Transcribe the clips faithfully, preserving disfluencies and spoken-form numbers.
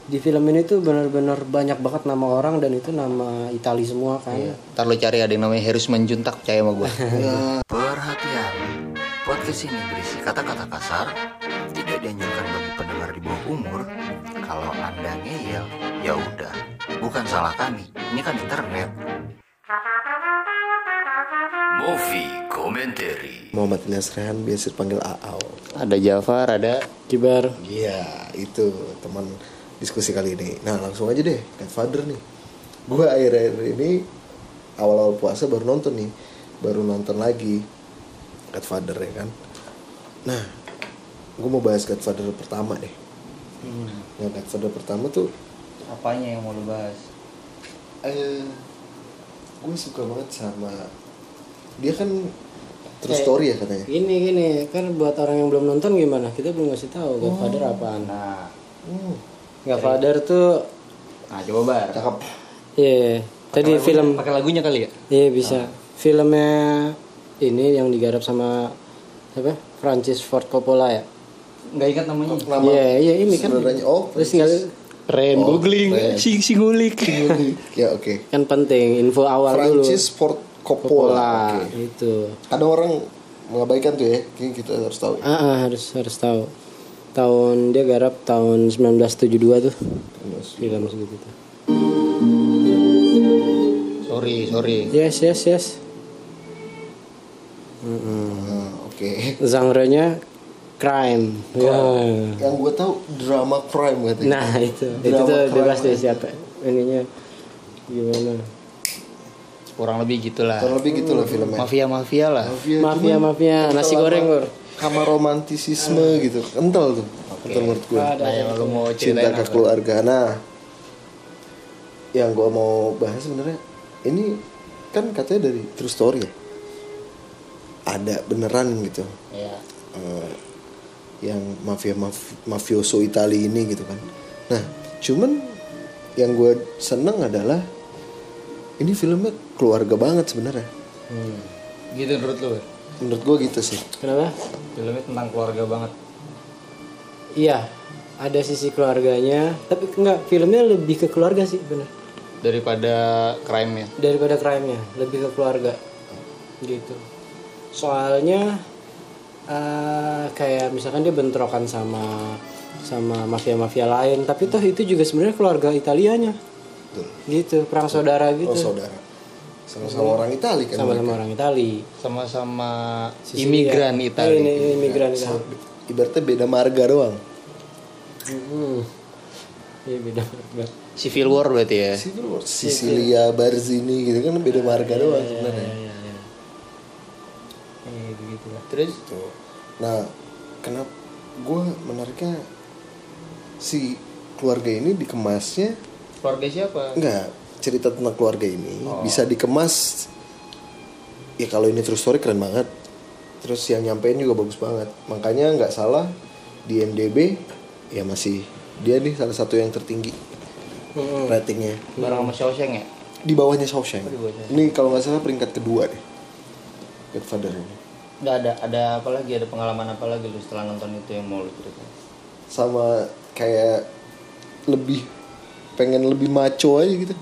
Di film ini tuh benar-benar banyak banget nama orang dan itu nama Itali semua kan. Iya. Ntar lo cari ada yang namanya Harus Menjuntak, percaya sama gue. Perhatian, podcast ini berisi kata-kata kasar, tidak dianjurkan bagi pendengar di bawah umur. Kalau Anda ngeyel, ya udah, bukan salah kami. Ini kan internet. Movie Commentary. Muhammad Nasrehan biasa dipanggil Aau. Ada Jafar, ada Kibar. Iya, itu teman diskusi kali ini. Nah, langsung aja deh, Godfather nih. Gue akhir-akhir ini awal-awal puasa baru nonton nih, baru nonton lagi Godfather ya kan. Nah, gue mau bahas Godfather pertama deh. Hmm. Nah, Godfather pertama tuh apanya yang mau lo bahas? Eh, gue suka banget sama dia kan true story ya katanya. Gini gini kan buat orang yang belum nonton gimana? Kita belum ngasih tahu Godfather oh. apaan. Nah, hmm. Godfather tuh, nah coba bar. Cakep. Iya. Yeah. Tadi lagunya, film. Pakai lagunya kali ya? Iya yeah, bisa. Oh. Filmnya ini yang digarap sama apa? Francis Ford Coppola ya. Nggak ingat namanya. Iya oh, iya yeah, yeah, ini kan. Oh. Terus tinggal Ren oh, googling, sing sing ngulik. Ya oke. Okay. Kan penting info awal Francis dulu. Francis Ford Coppola, Coppola okay. Itu. Ada orang mengabaikan tuh ya, kita harus tahu. Ah, ah harus harus tahu. Tahun dia garap tahun sembilan belas tujuh puluh dua tuh. Film segitu tuh. Sorry, sorry. Yes, yes, yes. Mm-hmm. Nah, oke. Okay. Genre-nya crime. crime. Ya. Yang gue tahu drama crime katanya. Nah, itu. Drama itu tuh bebas deh siapa ininya. Gimana? Kurang lebih gitulah. Kurang lebih gitulah hmm. filmnya. Mafia-mafia lah. Mafia, mafia, mafia. Nasi goreng, Bro. Sama romantisisme hmm. gitu. Kental tuh. Okay. Kental menurut gue. Nah, yang lu mau cinta ke keluarga. Nah, yang gue mau bahas sebenarnya ini kan katanya dari true story ya. Ada beneran gitu. Iya. Uh, yang mafia maf- mafioso Italia ini gitu kan. Nah, cuman yang gue seneng adalah ini filmnya keluarga banget sebenarnya. Hmm. Gitu menurut lu? Menurut gue gitu sih. Kenapa? Filmnya tentang keluarga banget. Iya, ada sisi keluarganya, tapi enggak, filmnya lebih ke keluarga sih benar. Daripada crime-nya. Daripada crime-nya, lebih ke keluarga. Gitu. Soalnya uh, kayak misalkan dia bentrokan sama sama mafia-mafia lain, tapi toh itu juga sebenarnya keluarga Italianya. Betul. Gitu, perang saudara gitu. Oh, saudara. Sama-sama orang Itali kan. Sama-sama orang Itali. Sama-sama Sisilia. Imigran Itali. Ini imigran Itali. Ibaratnya beda marga doang. Hmm. Iya beda marga. Civil War berarti ya. Civil War. Sicilia, Barzini gitu kan beda marga ah, doang iya, sebenarnya. Iya, iya, iya. Eh, begitu lah. Terus tuh. Nah, kenapa gue menariknya si keluarga ini dikemasnya keluarga siapa? Enggak, cerita tentang keluarga ini oh. bisa dikemas. Ya kalau ini true story keren banget. Terus yang nyampein juga bagus banget. Makanya nggak salah di I M D B ya masih dia nih salah satu yang tertinggi hmm. ratingnya. Bareng sama Shawshank ya? Di bawahnya Shawshank. Oh, di bawahnya. Ini kalau nggak salah peringkat kedua deh. Godfather ini. Nggak ada, ada apa lagi? Ada pengalaman apa lagi lu setelah nonton itu yang mau lu ceritain? Sama kayak lebih pengen lebih maco aja gitu.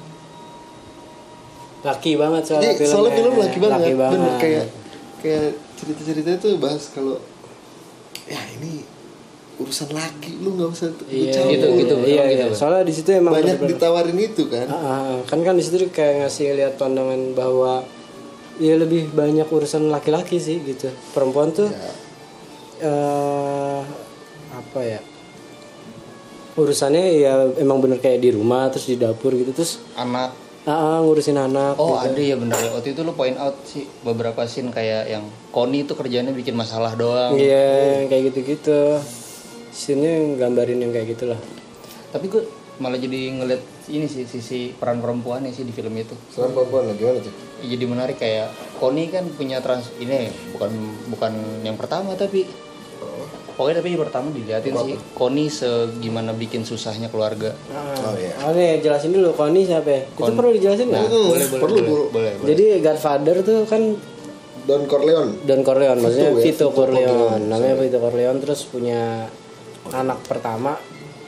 Laki banget soalnya filmnya. Soalnya film laki banget. Laki banget. Bener, kayak kayak cerita-cerita itu bahas kalau ya ini urusan laki lu nggak usah iya, campur. Gitu gitu. Iya, gitu. Soalnya di situ emang banyak bener-bener ditawarin itu kan. Ah, ah, kan kan di situ kayak ngasih lihat pandangan bahwa ya lebih banyak urusan laki-laki sih gitu. Perempuan tuh ya. uh, apa ya? Urusannya ya emang bener kayak di rumah terus di dapur gitu terus anak ah, ngurusin anak. Oh gitu. ada ya bener ya waktu itu lo point out sih beberapa scene kayak yang Connie itu kerjanya bikin masalah doang. Iya yeah, oh. kayak gitu-gitu. Scene-nya gambarin yang kayak gitulah. Tapi gue malah jadi ngeliat ini sih sisi peran perempuannya sih di film itu. Peran perempuan gimana tuh? Jadi menarik kayak Connie kan punya trans ini bukan bukan yang pertama tapi pokoknya tapi yang pertama dilihatin apa? Sih Connie segimana bikin susahnya keluarga. Ah, oh iya. Oh nih jelasin dulu Connie siapa ya? Con- itu perlu dijelasin nggak? Nah, boleh, boleh, perlu, boleh, boleh, boleh. Jadi Godfather tuh kan Don Corleone. Don Corleone maksudnya Vito, ya? Vito Corleone. Corleone. Namanya Sorry. Vito Corleone terus punya anak pertama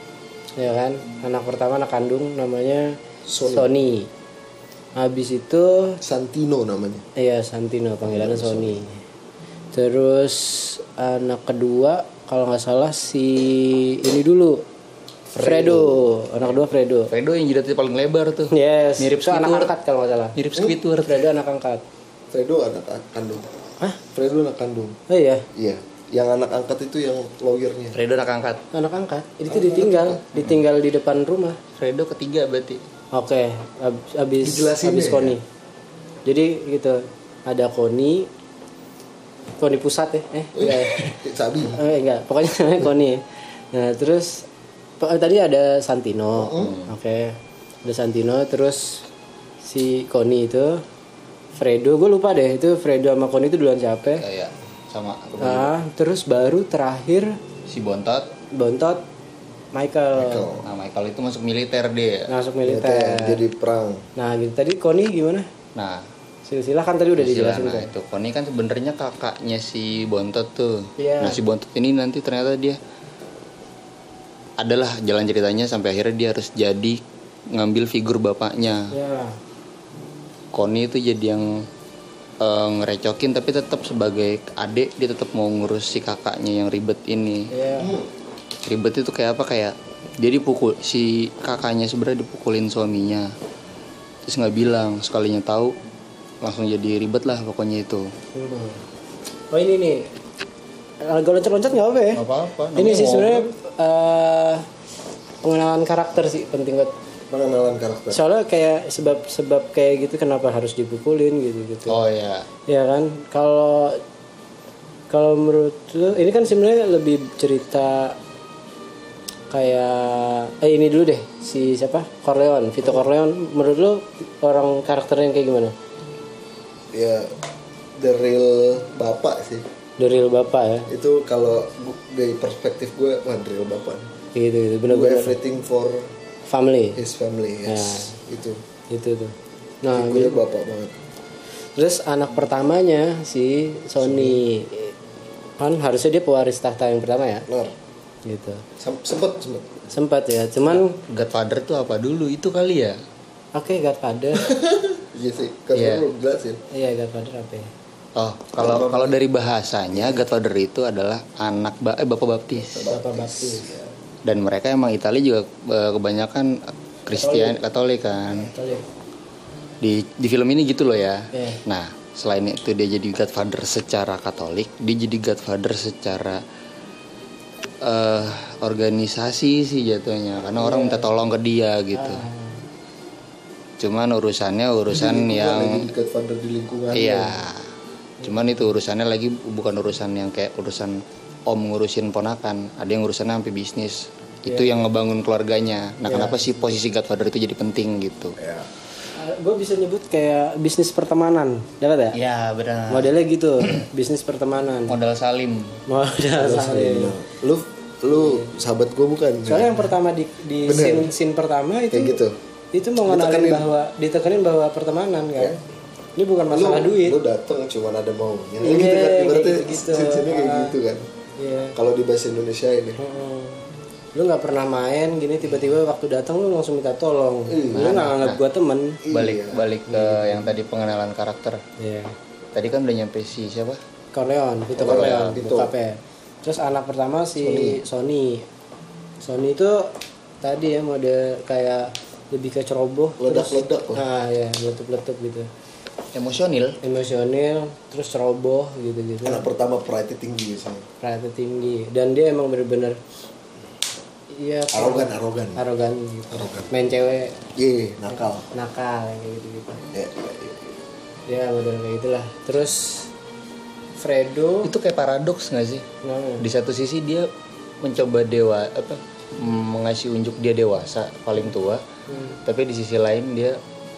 ya kan. Anak pertama anak kandung namanya Sony. Sony. Habis itu Santino namanya. iya Santino panggilannya Sony. Terus anak kedua kalau nggak salah si ini dulu Fredo. Anak kedua Fredo. Fredo yang jidatnya paling lebar tuh. Yes. Mirip itu anak Squidward. angkat kalau nggak salah. Mirip Squidward. Fredo anak angkat. Fredo anak kandung. Hah? Fredo anak kandung. Oh iya. Iya. Yang anak angkat itu yang lawyernya. Fredo anak angkat. Anak angkat. Itu ditinggal, ditinggal di depan rumah. Fredo ketiga berarti. Oke, ab- abis Dijelasin abis ya? Koni. Jadi gitu, ada Koni, Koni pusat ya, eh enggak, ya? Sabi. eh, enggak, pokoknya namanya Koni. Nah terus po- tadi ada Santino, oke, ada Santino, terus si Koni itu, Fredo, gue lupa deh itu Fredo sama Koni itu duluan siapa? Kayak sama Nah, terus baru terakhir si Bontot. Bontot, Michael, Michael. Nah, Michael itu masuk militer dia. masuk Militer. militer. Jadi perang. Nah gitu tadi Koni gimana? Nah, Silsilah kan tadi udah dijelasin nah kan. itu Koni kan sebenarnya kakaknya si Bontot tuh. Iya. Nah, si Bontot ini nanti ternyata dia adalah jalan ceritanya sampai akhirnya dia harus jadi ngambil figur bapaknya. Ya. Koni itu jadi yang eh, ngerecokin tapi tetap sebagai adik dia tetap mau ngurus si kakaknya yang ribet ini. Ya. Ribet itu kayak apa, kayak dia dipukul, si kakaknya sebenarnya dipukulin suaminya terus nggak bilang, sekalinya tahu langsung jadi ribet lah pokoknya itu. Hmm. Oh ini nih, agak loncat-loncat nggak apa ya? Nggak apa-apa, Ini namanya sih ngobrol. sebenarnya eh, pengenalan karakter sih penting banget. Pengenalan karakter. Soalnya kayak sebab-sebab kayak gitu kenapa harus dipukulin gitu gitu. Oh ya, Ya kan, kalau kalau menurut lu ini kan sebenarnya lebih cerita kayak eh ini dulu deh si siapa Corleone, Vito Corleone. Menurut lu orang karakternya yang kayak gimana? Ya the real bapak sih. Dari bapak ya, Itu kalau gu- dari perspektif gue, wah the real bapak. gitu gitu Do benar-benar everything for family. his family. Yes. Itu. Gitu tuh. Nah, Figurnya bapak banget. terus anak pertamanya si Sony kan harusnya dia pewaris tahta yang pertama ya, Nah, gitu. sem- sempet sempet. Sempat ya, cuman Godfather tuh apa dulu itu kali ya? oke Godfather, Iya sih. Kan Iya. lu jelasin. iya Godfather apa ya? Oh, kalau kalau dari bahasanya Godfather itu adalah anak ba eh, bapak baptis. Bapak Baptis. Dan mereka emang Italia juga eh, kebanyakan Kristen Katolik kan. Katolik. Di di film ini gitu loh ya. Iya. Nah, selain itu dia jadi Godfather secara Katolik, dia jadi Godfather secara eh organisasi sih jatuhnya, karena orang minta tolong ke dia gitu. Cuman urusannya urusan Lagi yang di Godfather di lingkungan. iya. Cuman itu urusannya lagi bukan urusan yang kayak urusan om ngurusin ponakan, ada yang urusannya sampai bisnis. Itu yang ngebangun keluarganya. Nah, kenapa sih posisi Godfather itu jadi penting gitu? Ya. Gue bisa nyebut kayak bisnis pertemanan, dapat ya? Ya, benar. Modelnya gitu, bisnis pertemanan. Modal salim. Modal saling. Bener. Lu lu sahabat gue bukan? Soalnya yang pertama di di Bener. scene scene pertama itu Kayak gitu. itu mau ngenalin Ditekenin. bahwa ditekenin bahwa pertemanan kan. Ya. Ini bukan masalah lu, duit. Lu datang cuman ada maunya. Iya, gitu kan kayak ibaratnya gitu-gitu. cincinnya kayak Ah. gitu kan. Iya. Kalau di bahasa Indonesia ini. Heeh. Lu nggak pernah main gini tiba-tiba waktu datang lu langsung minta tolong. Iya. Lu nggak nganggap gua temen. Balik Iya. balik ke yang tadi pengenalan karakter. Iya. Tadi kan udah nyampe si siapa? Corleone, Vito Corleone, Corleone, Vito. bokapnya. Terus anak pertama si Sony. Sony itu tadi ya mode kayak lebih ke ceroboh, Ledak-ledak terus, lah. ah ya meletup-letup gitu, Emosional. emosional, terus ceroboh gitu-gitu, Anak pertama pride tinggi biasanya. pride tinggi, dan dia emang bener-bener iya Arogan, arogan. arogan gitu, main cewek Iya, nakal. nakal kayak gitu-gitu, Ya, ya, ya. ya model kayak gitulah. Terus Fredo Itu kayak paradoks nggak sih? nah, Di satu sisi dia mencoba dewa apa mm, mengasih unjuk dia dewasa paling tua, hmm. tapi di sisi lain dia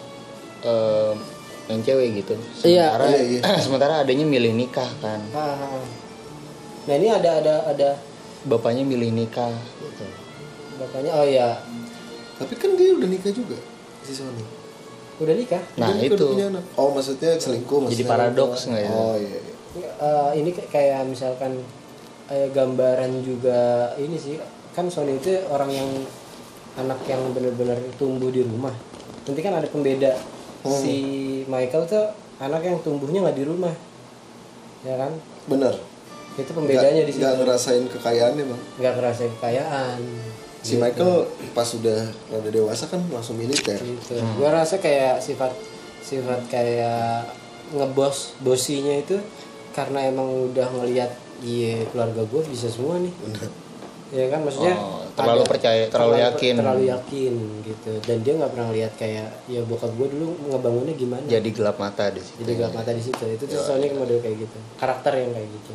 eh, yang cewek gitu. Iya. Sementara Iya, iya. sementara adanya milih nikah kan. Ah, ah. Nah ini ada ada ada Bapaknya milih nikah gitu. bapaknya, oh ya Tapi kan dia udah nikah juga si Sony. udah nikah. Nah, Dia nikah itu. udah punya anak. Oh, maksudnya selingkuh Jadi maksudnya. paradoks nggak ya? Oh iya, iya. Eh, ini kayak- kayak misalkan kayak gambaran juga ini sih kan Sony itu orang yang anak yang benar-benar tumbuh di rumah. Nanti kan ada pembeda. Hmm. Si Michael tuh anak yang tumbuhnya nggak di rumah, ya kan? Bener. Itu pembedanya di situ. Nggak ngerasain kekayaannya bang. Nggak ngerasain kekayaan. Si gitu. Michael pas udah udah dewasa kan langsung militer. Gitu. Hmm. Gua rasa kayak sifat sifat kayak ngebos bosinya itu karena emang udah ngelihat iya keluarga gue bisa semua nih. Bener. Ya kan maksudnya oh, terlalu percaya, terlalu, terlalu yakin. Terlalu yakin gitu. Dan dia nggak pernah lihat kayak ya bokap gue dulu ngebangunnya gimana. Jadi gelap mata di situ. Jadi gelap mata di situ. Itu tuh soalnya model kayak gitu. Karakter yang kayak gitu.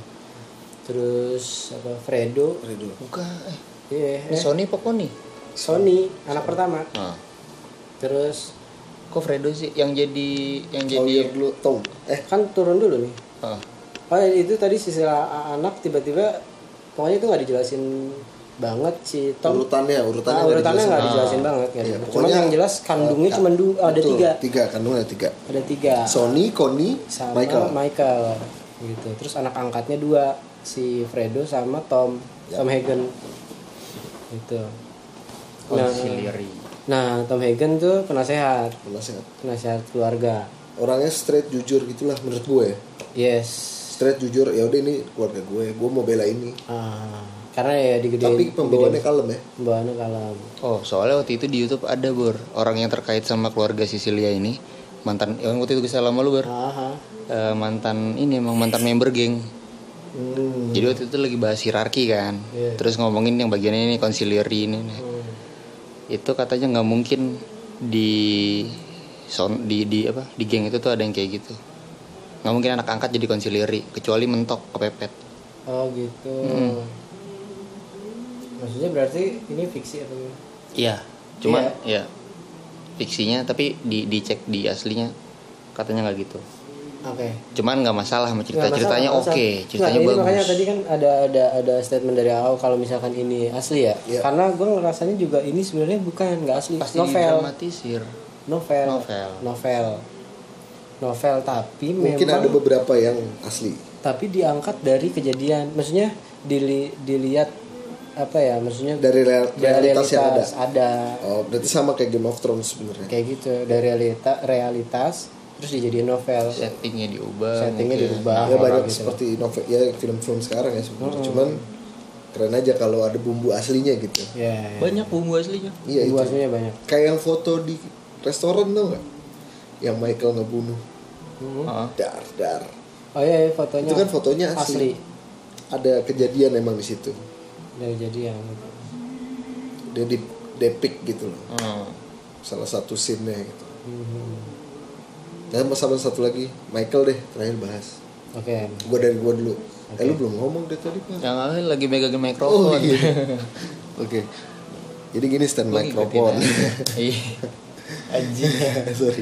Terus apa Fredo? Fredo. Bukan. Eh. Iya. Ini eh. Sony apa Koni? Sony, anak pertama. Ah. Terus kok Fredo sih yang jadi yang oh, jadi iya, dulu Tom. Eh kan turun dulu nih. Ah. Oh itu tadi sisi anak tiba-tiba pokoknya itu nggak dijelasin banget si Tom. Urutannya, urutannya nah, urutannya nggak dijelasin ah. banget kan. Iya, Cuma yang jelas kandungnya uh, cuma du- ada betul, tiga. Tiga kandungnya ada tiga. Ada tiga. Sony, Connie, sama Michael. Michael. Gitu. Terus anak angkatnya dua si Fredo sama Tom, ya. Tom Hagen. Gitu. Nah, nah Tom Hagen tuh penasehat. Penasehat. Penasehat keluarga. Orangnya straight jujur gitulah menurut gue. Yes. Straight jujur ya udah ini keluarga gue, gue mau bela ini. Ah, karena ya digedein. Tapi pembawaannya kalem ya. Pembawaannya kalem. Oh soalnya waktu itu di YouTube ada Bor orang yang terkait sama keluarga Sicilia ini mantan yang waktu itu kisah lama lu Bor. Aha. Uh, mantan ini emang mantan member geng. Hmm. Jadi waktu itu lagi bahas hierarki kan. Yeah. Terus ngomongin yang bagian ini konsilieri ini. Hmm. Itu katanya nggak mungkin di son di di apa di geng itu tuh ada yang kayak gitu. Nggak mungkin anak angkat jadi konsilieri kecuali mentok kepepet. Oh gitu. Hmm. Maksudnya berarti ini fiksi atau? Iya. Cuman ya fiksinya tapi di dicek di aslinya katanya nggak gitu. Oke. Okay. Cuman nggak masalah sama cerita ceritanya oke okay. Ceritanya nah, bagus. Makanya tadi kan ada ada ada statement dari awal kalau misalkan ini asli ya. Yeah. Karena gue ngerasanya juga ini sebenarnya bukan nggak asli. Pasti novel. Dramatisir. Novel. Novel. Novel. Novel tapi mungkin memang, ada beberapa yang asli. Tapi diangkat dari kejadian. Maksudnya dili, dilihat apa ya? Maksudnya dari real, realitas, realitas yang ada. ada. Oh, berarti sama kayak Game of Thrones sebenarnya. Kayak gitu, dari realita realitas terus dijadiin novel. Settingnya diubah. Settingnya diubah. Ya banyak gitu. Seperti novel ya film-film sekarang ya sebenarnya. Hmm. Cuman keren aja kalau ada bumbu aslinya gitu. Ya, ya. Banyak bumbu aslinya. Iya, bumbu itu. aslinya banyak. Kayak yang foto di restoran tuh nggak? Yang Michael ngebunuh. Hmm. Dar dar. Oh iya, iya fotonya. Itu kan fotonya asli. asli. Ada kejadian emang di situ. Ada kejadian. Dia di depict gitu loh. Hmm. Salah satu scene-nya gitu. Hmm. Dan sama satu lagi Michael deh terakhir bahas. Oke. Okay. Gua dari gua dulu. Okay. Eh lu belum ngomong deh tadi Pak. Yang lain lagi megangin mikrofon. Oh, iya. Oke. Okay. Jadi gini stand mikrofon. Iya. Anjing. Sorry.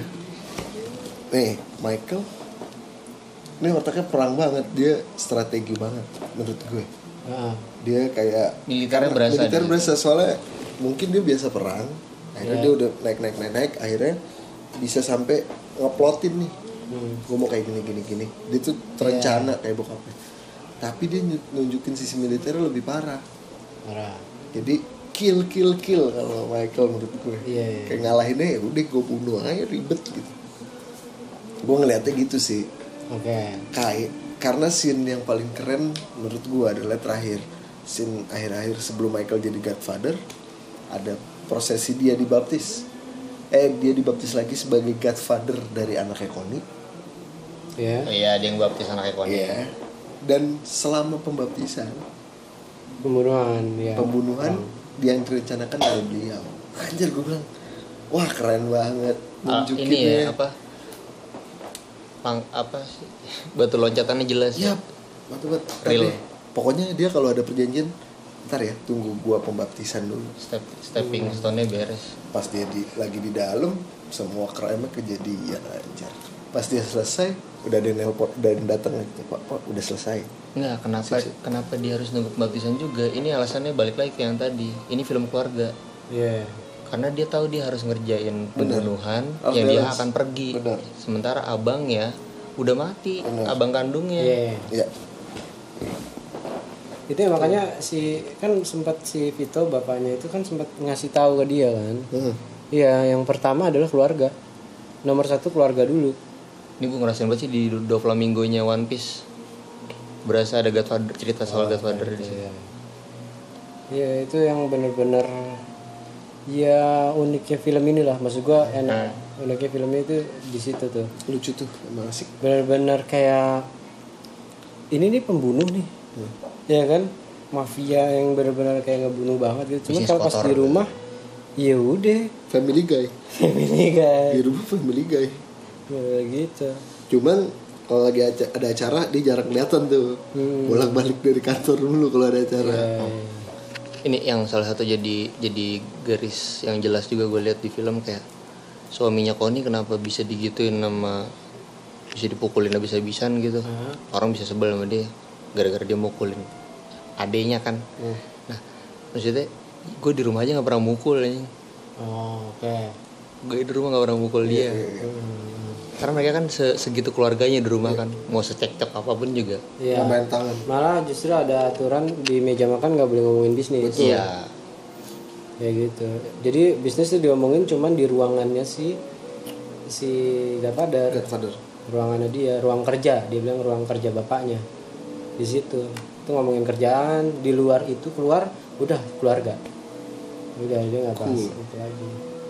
Nih Michael ini otaknya perang banget, dia strategi banget menurut gue. Uh. Dia kayak militernya berasa. Militer berasa soalnya mungkin dia biasa perang. Akhirnya yeah. dia udah naik naik naik naik. Akhirnya bisa sampai ngeplotin nih. Hmm. Gue mau kayak gini gini gini. Dia tuh terencana yeah. kayak bokapnya. Tapi dia nunjukin sisi militernya lebih parah. Parah. Jadi kill kill kill kalau Michael menurut gue. Yeah, yeah. Kayak ngalahinnya ya udah gue bunuh aja ribet gitu. Gue ngeliatnya gitu sih. Oke. Okay. Kayak karena scene yang paling keren menurut gue adalah terakhir scene akhir-akhir sebelum Michael jadi Godfather, ada prosesi dia dibaptis. Eh dia dibaptis lagi sebagai Godfather dari anaknya Connie. Iya. Yeah. Iya dia yang baptis anaknya Connie. Iya. Yeah. Dan selama pembaptisan, pembunuhan, ya. Pembunuhan oh. yang direncanakan oleh beliau. Anjir gue bilang, wah keren banget. Nunjukin uh, ini ya apa? Pang, apa sih batu loncatannya jelas ya batu batu real. Pokoknya dia kalau ada perjanjian ntar ya tunggu gua pembaptisan dulu. Step stepping hmm. stone-nya beres. Pas dia di, lagi di dalam semua crime kejadian anjir. Pas dia selesai udah ada nelpon dan datang lagi pak pak udah selesai. Nggak kenapa Sip-sip. Kenapa dia harus nunggu pembaptisan juga? Ini alasannya balik lagi ke yang tadi. Ini film keluarga. Iya. Yeah. Karena dia tahu dia harus ngerjain pembunuhan Bener. yang dia akan pergi. Bener. Sementara abangnya udah mati, Bener. abang kandungnya. Iya. Yeah. Yeah. Itu ya makanya si kan sempat si Vito bapaknya itu kan sempat ngasih tahu ke dia kan. Iya, hmm. yang pertama adalah keluarga. Nomor satu keluarga dulu. Ini gue ngerasain banget sih di Doflamingo-nya One Piece. Berasa ada Godfather, cerita soal oh, Godfather di sini. Iya, itu yang benar-benar ya uniknya film ini lah. Maksud gue enak. Hmm. Uniknya filmnya itu di situ tuh. Lucu tuh, emang asik. Benar-benar kayak ini nih pembunuh nih. Hmm. Ya kan, mafia yang benar-benar kayak ngebunuh banget gitu. Cuma kalau pas di rumah, ya udah. Family guy. Family guy. Di rumah family guy. Ya gitu. Cuman kalau lagi aca- ada acara dia jarang kelihatan tuh. Hmm. Bolak-balik dari kantor dulu kalau ada acara. Ya. Ini yang salah satu jadi jadi garis yang jelas juga gue lihat di film kayak suaminya Connie kenapa bisa digituin sama bisa dipukulin habis-habisan gitu. Hmm. Orang bisa sebel sama dia. Gara-gara dia mukulin adenya kan. hmm. Nah maksudnya gue di rumah aja nggak pernah mukul anjing. Oh oke okay. Gue di rumah nggak pernah mukul dia. hmm. Karena mereka kan segitu keluarganya di rumah. yeah. Kan mau secekcok apapun juga yeah. main tangan. Malah justru ada aturan di meja makan nggak boleh ngomongin bisnis. Iya ya gitu. Jadi bisnis itu diomongin cuman di ruangannya si si Godfather. Godfather Ruangannya dia, ruang kerja. Dia bilang ruang kerja bapaknya. Di situ itu ngomongin kerjaan, di luar itu keluar udah keluarga, udah dia nggak bahas cool. Itu lagi.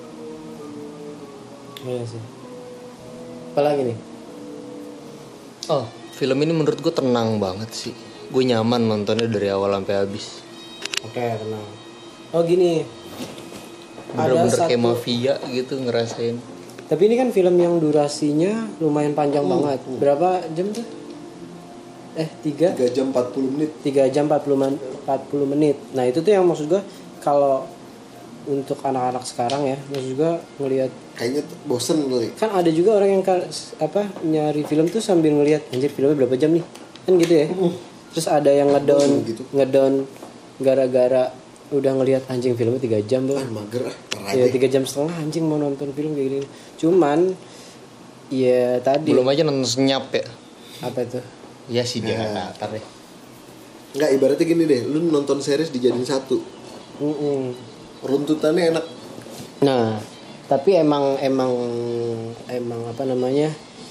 Iya sih. Apalagi nih? Oh, film ini menurut gue tenang banget sih. Gue nyaman nontonnya dari awal sampai habis. Oke, tenang. Oh gini. Bener-bener ada kayak satu... mafia gitu ngerasain. Tapi ini kan film yang durasinya lumayan panjang uh, banget. Uh. Berapa jam tuh? Eh tiga jam empat puluh menit. tiga jam empat puluh menit. Nah, itu tuh yang maksud gue kalau untuk anak-anak sekarang ya, maksud gue ngelihat kayaknya bosen kali. Kan ada juga orang yang apa nyari film tuh sambil ngelihat anjir filmnya berapa jam nih. Kan gitu ya. Uh. Terus ada yang ngedown uh, gitu. ngedown gara-gara udah ngelihat anjing filmnya tiga jam tuh. Ah, mager ah. Ya tiga jam setengah anjing mau nonton film kayak gini. Cuman ya tadi belum aja nonton senyap ya. Apa itu? Iya sih dia nah. Ntar deh. Enggak, ibaratnya gini deh, lu nonton series dijadiin satu. Mm-mm. Runtutannya enak. Nah, tapi emang emang emang apa namanya?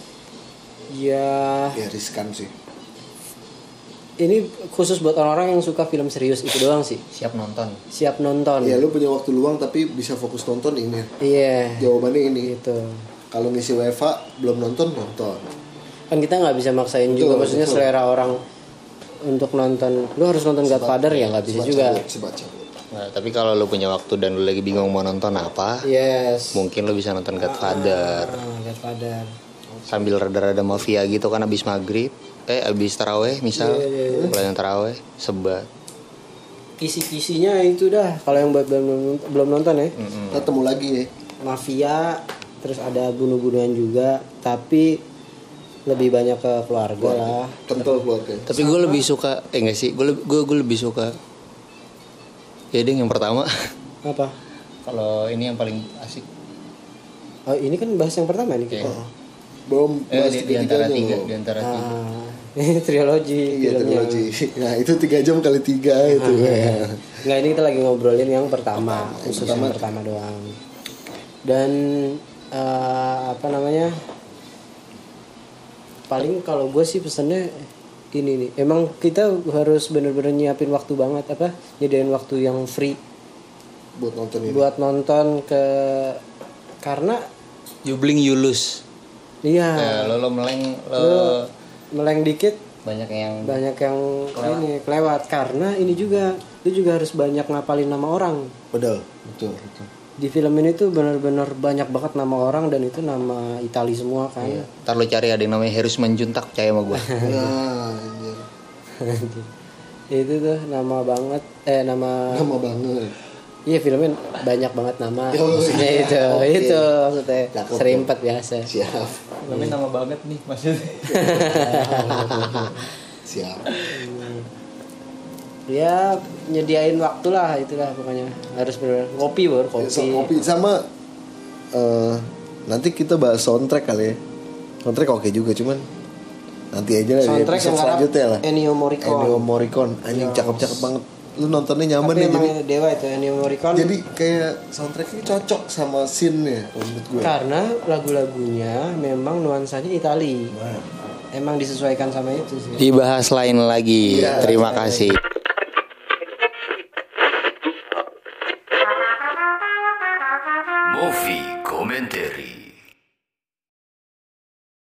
Ya. Ya riskan sih. Ini khusus buat orang-orang yang suka film serius itu doang sih. Siap nonton. Siap nonton. Ya lu punya waktu luang tapi bisa fokus nonton ini. Iya. Jawabannya ini. Gitu. Kalau ngisi W F H belum nonton nonton. Kan kita nggak bisa maksain betul, juga maksudnya betul. Selera orang untuk nonton lu harus nonton Godfather ya nggak bisa juga sebaca. Nah, tapi kalau lu punya waktu dan lu lagi bingung mau nonton apa, yes. mungkin lu bisa nonton Godfather. Ah, ah, Godfather sambil rada-rada mafia gitu kan abis maghrib eh abis taraweh misal yeah, yeah, yeah. Kalau yang taraweh sebat kisi-kisinya itu dah kalau yang belum belum nonton ya. Mm-hmm. Ketemu lagi ya mafia terus ada bunuh-bunuhan juga tapi lebih banyak ke keluarga, keluarga. lah. Kental keluarga. Tapi gue lebih suka, eh nggak sih, gue gue gue lebih suka. Ya ding yang pertama. Apa? Kalau ini yang paling asik. Oh ini kan bahas yang pertama nih kita. Oh. Belum bahas eh, di, di antara tiga, di antara ah, tiga. Ini trilogi. Iya trilogi. Nah itu tiga jam kali tiga itu. Ah, nggak ini kita lagi ngobrolin yang pertama, pertama khusus yang pertama doang. Dan uh, apa namanya? Paling kalau gue sih pesannya ini nih, emang kita harus bener-bener nyiapin waktu banget apa, nyediain waktu yang free buat nonton ini. Buat nonton ke karena you blink you lose. Iya. Ya, lo lo meleng lo, lo meleng dikit banyak yang banyak yang kelewat. Ini kelewat karena ini juga lu juga harus banyak ngapalin nama orang. Betul, betul, betul. Di film ini tuh benar-benar banyak banget nama orang dan itu nama Itali semua kan. Iya. Ntar lo cari ada yang namanya Harus Manjuntak, percaya sama gue. Nah, itu tuh nama banget, eh nama. Nama banget. Iya filmnya banyak banget nama. Oh, maksudnya iya. itu, okay. itu maksudnya Cakep, serimpet biasa. Siap. Namanya nama banget nih maksudnya. Siap. Ya nyediain waktu lah itulah pokoknya harus bener ngopi baru kopi. So, kopi sama uh, nanti kita bahas soundtrack kali ya. Soundtrack oke juga cuman Nanti aja lah di Soundtrack episode yang garap selanjutnya lah. Ennio Morricone. Ennio Morricone, anjing Yes. cakep-cakep banget. Lu nontonnya nyaman Tapi nih emang jadi. dewa itu Ennio Morricone. Jadi kayak soundtracknya cocok sama scene-nya menurut gue. Karena lagu-lagunya memang nuansanya Itali. Emang disesuaikan sama itu sih. Dibahas lain lagi. Iya. Terima kasih. Movie Commentary.